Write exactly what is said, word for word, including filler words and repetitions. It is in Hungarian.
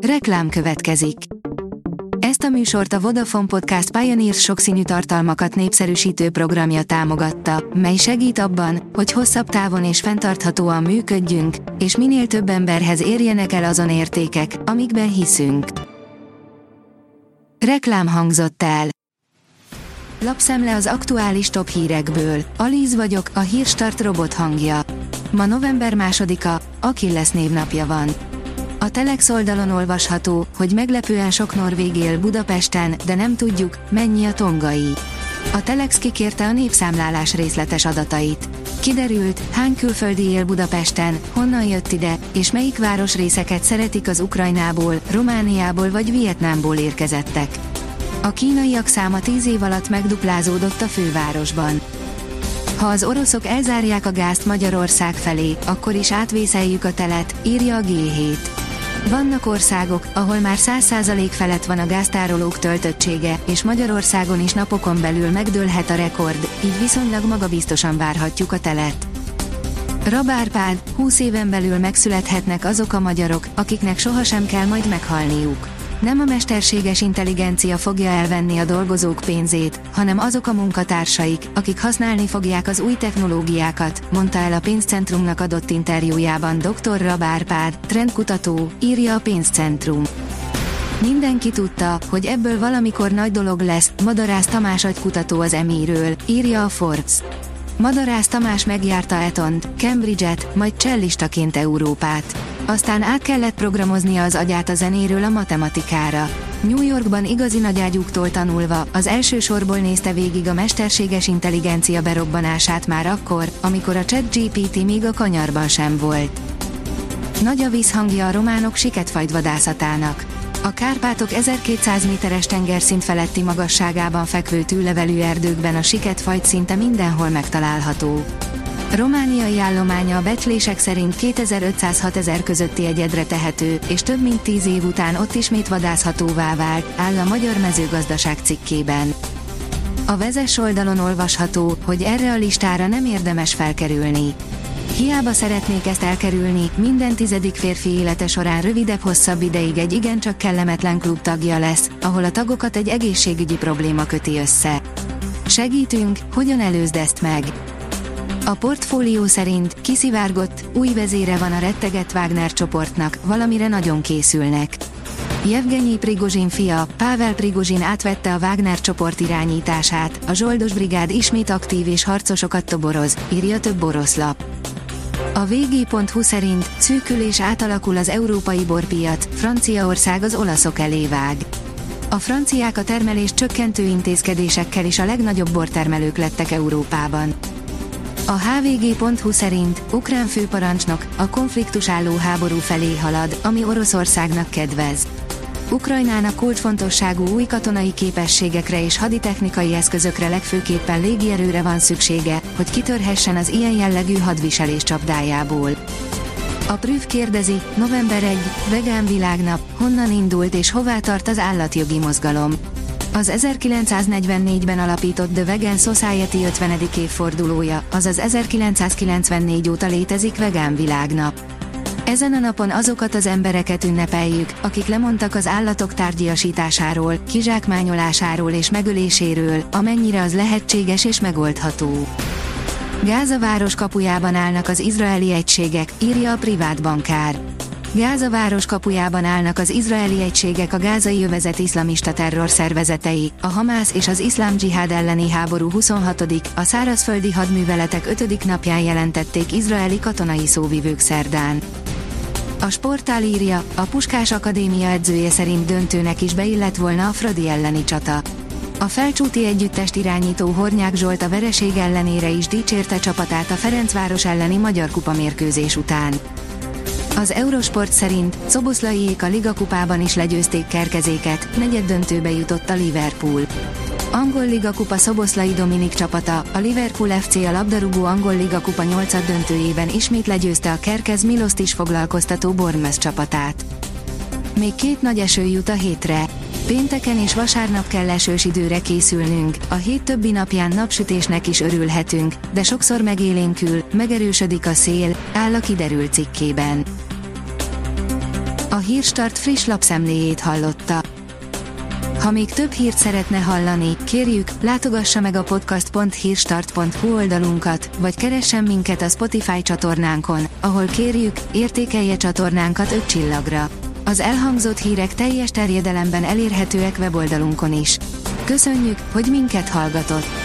Reklám következik. Ezt a műsort a Vodafone Podcast Pioneers sokszínű tartalmakat népszerűsítő programja támogatta, mely segít abban, hogy hosszabb távon és fenntarthatóan működjünk, és minél több emberhez érjenek el azon értékek, amikben hiszünk. Reklám hangzott el. Lapszemle az aktuális top hírekből. Alíz vagyok, a Hírstart robot hangja. Ma november másodika, Achilles névnapja van. A Telex oldalon olvasható, hogy meglepően sok norvég él Budapesten, de nem tudjuk, mennyi a tongai. A Telex kikérte a népszámlálás részletes adatait. Kiderült, hány külföldi él Budapesten, honnan jött ide, és melyik városrészeket szeretik az Ukrajnából, Romániából vagy Vietnámból érkezettek. A kínaiak száma tíz év alatt megduplázódott a fővárosban. Ha az oroszok elzárják a gázt Magyarország felé, akkor is átvészeljük a telet, írja a gé hét. Vannak országok, ahol már száz százalék felett van a gáztárolók töltöttsége, és Magyarországon is napokon belül megdőlhet a rekord, így viszonylag magabiztosan várhatjuk a telet. Rab Árpád, húsz éven belül megszülethetnek azok a magyarok, akiknek sohasem kell majd meghalniuk. Nem a mesterséges intelligencia fogja elvenni a dolgozók pénzét, hanem azok a munkatársaik, akik használni fogják az új technológiákat, mondta el a Pénzcentrumnak adott interjújában dr. Rab Árpád, trendkutató, írja a Pénzcentrum. Mindenki tudta, hogy ebből valamikor nagy dolog lesz, Madarász Tamás agykutató az em i-ről, írja a Forbes. Madarász Tamás megjárta Etont, Cambridge-et, majd cellistaként Európát. Aztán át kellett programoznia az agyát a zenéről a matematikára. New Yorkban igazi nagyágyúktól tanulva, az első sorból nézte végig a mesterséges intelligencia berobbanását már akkor, amikor a ChatGPT még a kanyarban sem volt. Nagy a vízhangja a románok siketfajt-vadászatának. A Kárpátok ezerkétszáz méteres tengerszint feletti magasságában fekvő tűlevelű erdőkben a siketfajt szinte mindenhol megtalálható. Romániai állománya a becslések szerint kétezer-ötszáz-hatezer közötti egyedre tehető, és több mint tíz év után ott ismét vadászhatóvá vált, áll a Magyar Mezőgazdaság cikkében. A Vezess oldalon olvasható, hogy erre a listára nem érdemes felkerülni. Hiába szeretnék ezt elkerülni, minden tizedik férfi élete során rövidebb-hosszabb ideig egy igencsak kellemetlen klub tagja lesz, ahol a tagokat egy egészségügyi probléma köti össze. Segítünk, hogyan előzd ezt meg! A Portfólió szerint kiszivárgott, új vezére van a rettegett Wagner csoportnak, valamire nagyon készülnek. Jevgenyi Prigozsin fia, Pável Prigozsin átvette a Wagner csoport irányítását, a Zsoldos brigád ismét aktív és harcosokat toboroz, írja több orosz lap. A vé gé pont hú szerint szűkül és átalakul az európai borpiac, Franciaország az olaszok elé vág. A franciák a termelés csökkentő intézkedésekkel is a legnagyobb bortermelők lettek Európában. A há vé gé pont hú szerint ukrán főparancsnok a konfliktusálló háború felé halad, ami Oroszországnak kedvez. Ukrajnának kulcsfontosságú új katonai képességekre és haditechnikai eszközökre, legfőképpen légierőre van szüksége, hogy kitörhessen az ilyen jellegű hadviselés csapdájából. A Prüv kérdezi, november elsején, vegán világnap, honnan indult és hová tart az állatjogi mozgalom. Az ezerkilencszáznegyvennégyben alapított The Vegan Society ötvenedik évfordulója, azaz ezerkilencszázkilencvennégy óta létezik vegán világnap. Ezen a napon azokat az embereket ünnepeljük, akik lemondtak az állatok tárgyasításáról, kizsákmányolásáról és megöléséről, amennyire az lehetséges és megoldható. Gáza város kapujában állnak az izraeli egységek, írja a privát bankár. Gáza város kapujában állnak az izraeli egységek, a gázai övezet iszlamista terrorszervezetei, a Hamász és az iszlám dzsihád elleni háború huszonhatodik a szárazföldi hadműveletek ötödik napján jelentették izraeli katonai szóvivők szerdán. A Sportál írja, a Puskás Akadémia edzője szerint döntőnek is beillett volna a Fradi elleni csata. A Felcsúti együttest irányító Hornyák Zsolt a vereség ellenére is dicsérte csapatát a Ferencváros elleni Magyar Kupa mérkőzés után. Az Eurosport szerint Szoboszlaiék a Liga kupában is legyőzték Kerkezéket, negyeddöntőbe jutott a Liverpool. Angol Liga kupa Szoboszlai Dominik csapata, a Liverpool ef cé a labdarúgó Angol Liga kupa nyolcad döntőjében ismét legyőzte a Kerkez Miloszt is foglalkoztató Bournemouth csapatát. Még két nagy eső jut a hétre. Pénteken és vasárnap kell esős időre készülnünk, a hét többi napján napsütésnek is örülhetünk, de sokszor megélénkül, megerősödik a szél, áll a Kiderült cikkében. A Hírstart friss lapszemléjét hallotta. Ha még több hírt szeretne hallani, kérjük, látogassa meg a podcast pont hírstart pont hu oldalunkat, vagy keressen minket a Spotify csatornánkon, ahol kérjük, értékelje csatornánkat öt csillagra. Az elhangzott hírek teljes terjedelemben elérhetőek weboldalunkon is. Köszönjük, hogy minket hallgatott!